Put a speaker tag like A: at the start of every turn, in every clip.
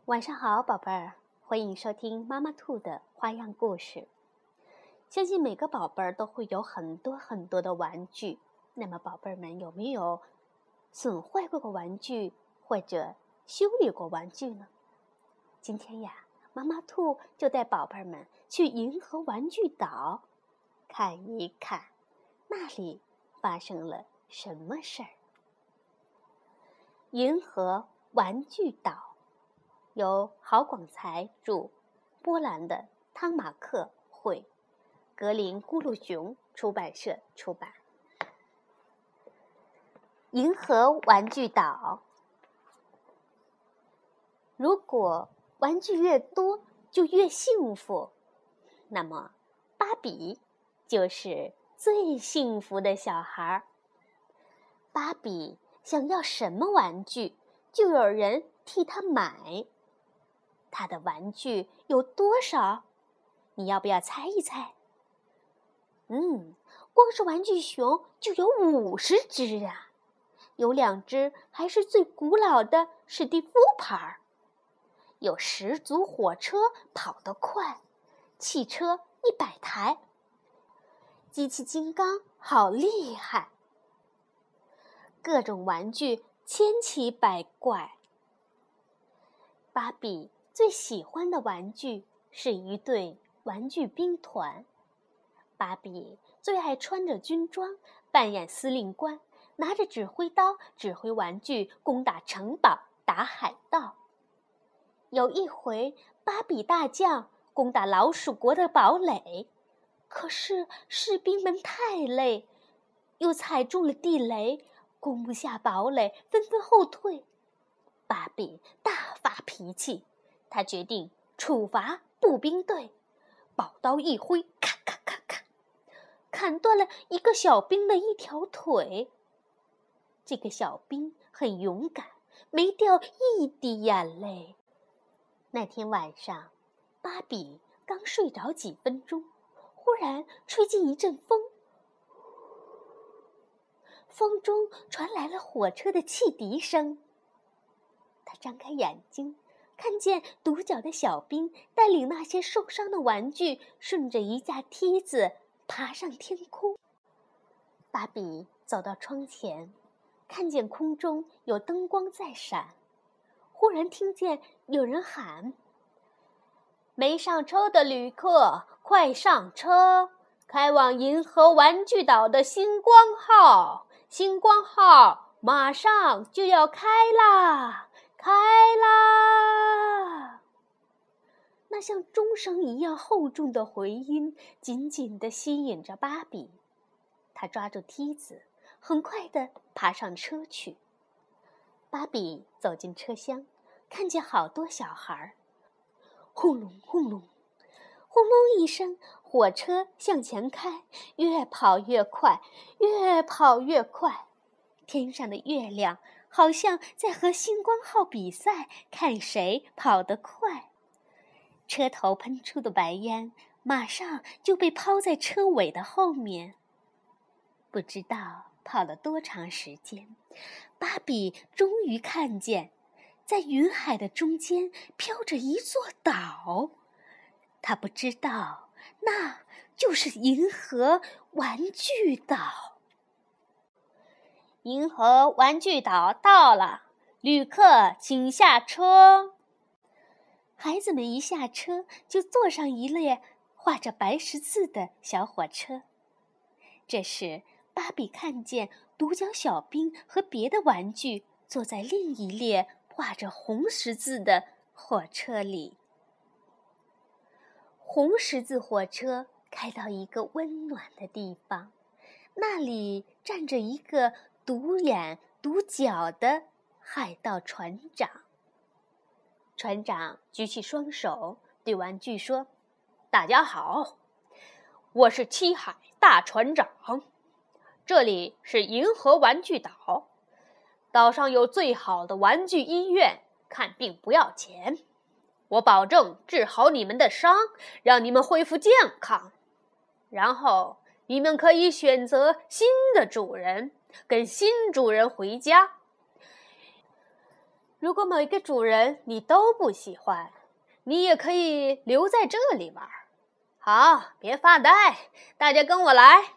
A: 晚上好，宝贝儿，欢迎收听妈妈兔的花样故事。相信每个宝贝儿都会有很多的玩具，那么宝贝儿们有没有损坏过的玩具或者修理过玩具呢？今天呀，妈妈兔就带宝贝儿们去银河玩具岛看一看，那里发生了什么事儿。银河玩具岛由郝广才著，波兰的汤马克绘，格林咕噜熊出版社出版。银河玩具岛，如果玩具越多就越幸福，那么芭比就是最幸福的小孩。芭比想要什么玩具，就有人替她买。她的玩具有多少？你要不要猜一猜？光是玩具熊就有50只啊！有2只还是最古老的史蒂夫牌，有10组火车跑得快，汽车100台，机器金刚好厉害，各种玩具千奇百怪。芭比最喜欢的玩具是一对玩具兵团。芭比最爱穿着军装，扮演司令官，拿着指挥刀指挥玩具攻打城堡，打海盗。有一回，芭比大将攻打老鼠国的堡垒，可是士兵们太累，又踩中了地雷，攻不下堡垒，纷纷后退。芭比大发脾气，他决定处罚步兵队，宝刀一挥，咔咔咔咔，砍断了一个小兵的一条腿。这个小兵很勇敢，没掉一滴眼泪。那天晚上，芭比刚睡着几分钟，忽然吹进一阵风，风中传来了火车的汽笛声。他张开眼睛，看见独角的小兵带领那些受伤的玩具，顺着一架梯子爬上天空。芭比走到窗前，看见空中有灯光在闪，忽然听见有人喊：没上车的旅客，快上车！开往银河玩具岛的星光号，星光号马上就要开啦！开啦！那像钟声一样厚重的回音紧紧地吸引着芭比，她抓住梯子，很快地爬上车去。芭比走进车厢，看见好多小孩，轰隆轰隆，轰隆一声，火车向前开，越跑越快，越跑越快。天上的月亮好像在和星光号比赛，看谁跑得快。车头喷出的白烟马上就被抛在车尾的后面。不知道跑了多长时间，芭比终于看见，在云海的中间飘着一座岛。她不知道，那就是银河玩具岛。银河玩具岛到了，旅客请下车。孩子们一下车就坐上一列画着白十字的小火车。这时，芭比看见独角小兵和别的玩具坐在另一列画着红十字的火车里。红十字火车开到一个温暖的地方，那里站着一个独眼独角的海盗船长。船长举起双手对玩具说：大家好，我是七海大船长，这里是银河玩具岛，岛上有最好的玩具医院，看病不要钱，我保证治好你们的伤，让你们恢复健康，然后你们可以选择新的主人，跟新主人回家。 如果某一个主人你都不喜欢，你也可以留在这里玩。好，别发呆，大家跟我来。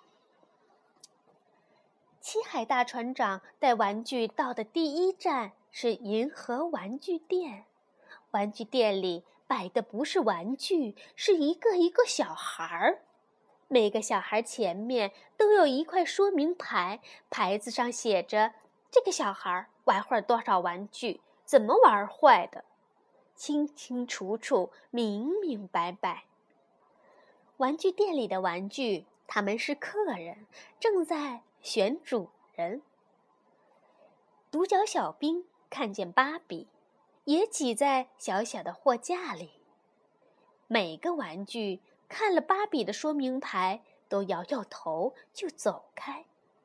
A: 七海大船长带玩具到的第一站是银河玩具店。玩具店里摆的不是玩具，是一个一个小孩儿。每个小孩前面都有一块说明牌，牌子上写着这个小孩玩坏多少玩具，怎么玩坏的，清清楚楚，明明白白。玩具店里的玩具，他们是客人，正在选主人。独角小兵看见芭比，也挤在小小的货架里。每个玩具看了芭比的说明牌，都摇摇头就走开。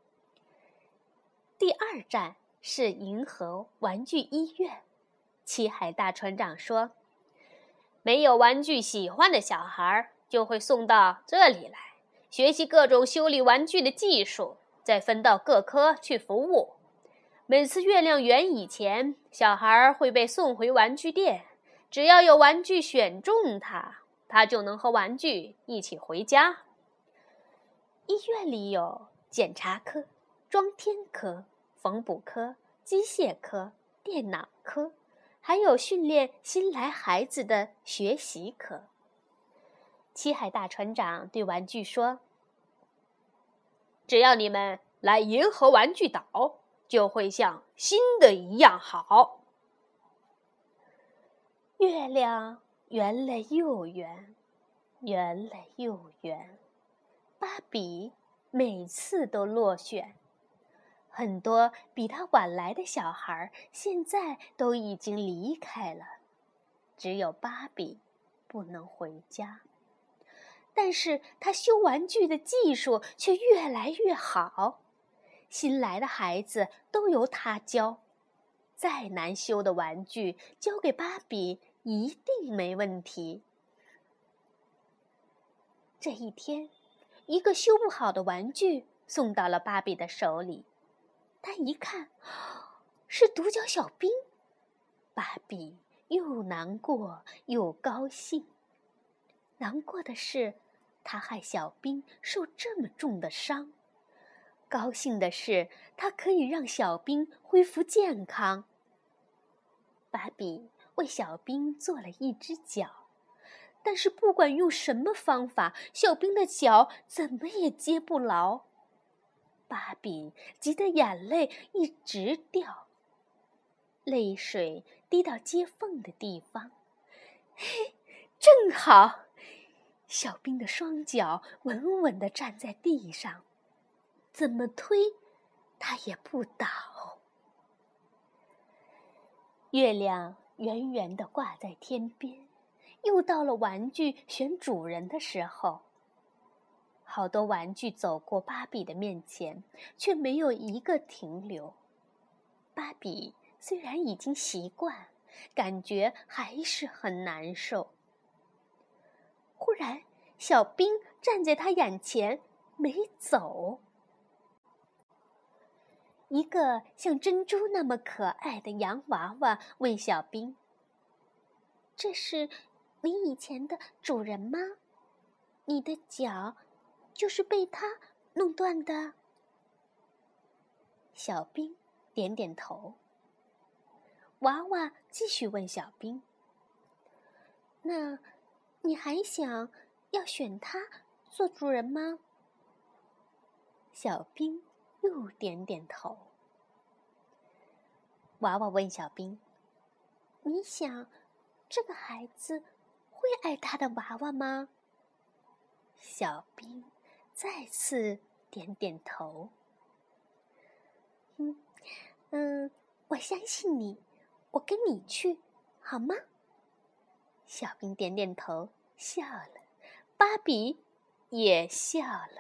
A: 第二站是银河玩具医院。七海大船长说，没有玩具喜欢的小孩就会送到这里来，学习各种修理玩具的技术，再分到各科去服务。每次月亮圆以前，小孩会被送回玩具店，只要有玩具选中他就能和玩具一起回家。医院里有检查科、装填科、缝补科、机械科、电脑科，还有训练新来孩子的学习科。七海大船长对玩具说，只要你们来银河玩具岛，就会像新的一样好。月亮圆了又圆，圆了又圆，芭比每次都落选。很多比他晚来的小孩现在都已经离开了，只有芭比不能回家。但是他修玩具的技术却越来越好，新来的孩子都由他教。再难修的玩具交给芭比一定没问题。这一天，一个修不好的玩具送到了芭比的手里。他一看，是独角小兵。芭比又难过又高兴。难过的是，他害小兵受这么重的伤。高兴的是，他可以让小兵恢复健康。芭比为小兵做了一只脚，但是不管用什么方法，小兵的脚怎么也接不牢。芭比急得眼泪一直掉，泪水滴到接缝的地方。嘿，正好，小兵的双脚稳稳地站在地上，怎么推他也不倒。月亮圆圆地挂在天边，又到了玩具选主人的时候。好多玩具走过芭比的面前，却没有一个停留。芭比虽然已经习惯，感觉还是很难受。忽然，小兵站在他眼前，没走。一个像珍珠那么可爱的洋娃娃问小兵：“这是你以前的主人吗？你的脚就是被他弄断的？”小兵点点头。娃娃继续问小兵：“那你还想要选他做主人吗？”小兵又点点头。娃娃问小兵：“你想这个孩子会爱他的娃娃吗？”小兵再次点点头。我相信你，我跟你去，好吗？小兵点点头，笑了。芭比也笑了。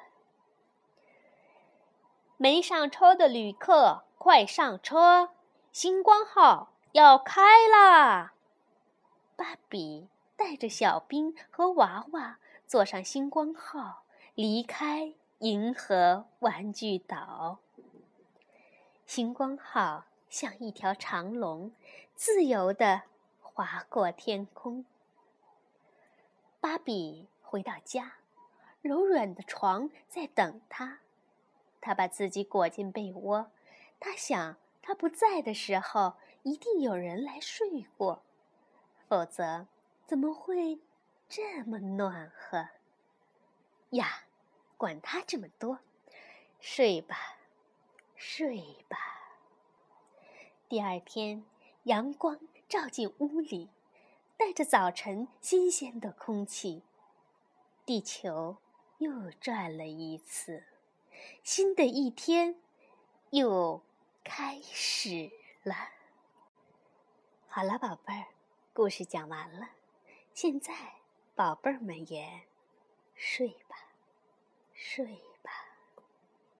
A: 没上车的旅客，快上车！星光号要开啦！芭比带着小兵和娃娃坐上星光号，离开银河玩具岛。星光号像一条长龙，自由地划过天空。芭比回到家，柔软的床在等她。她把自己裹进被窝，她想，她不在的时候，一定有人来睡过，否则怎么会这么暖和？呀，管他这么多，睡吧，睡吧。第二天，阳光照进屋里，带着早晨新鲜的空气。地球又转了一次，新的一天又开始了。好了，宝贝儿，故事讲完了。现在，宝贝儿们也睡吧，睡。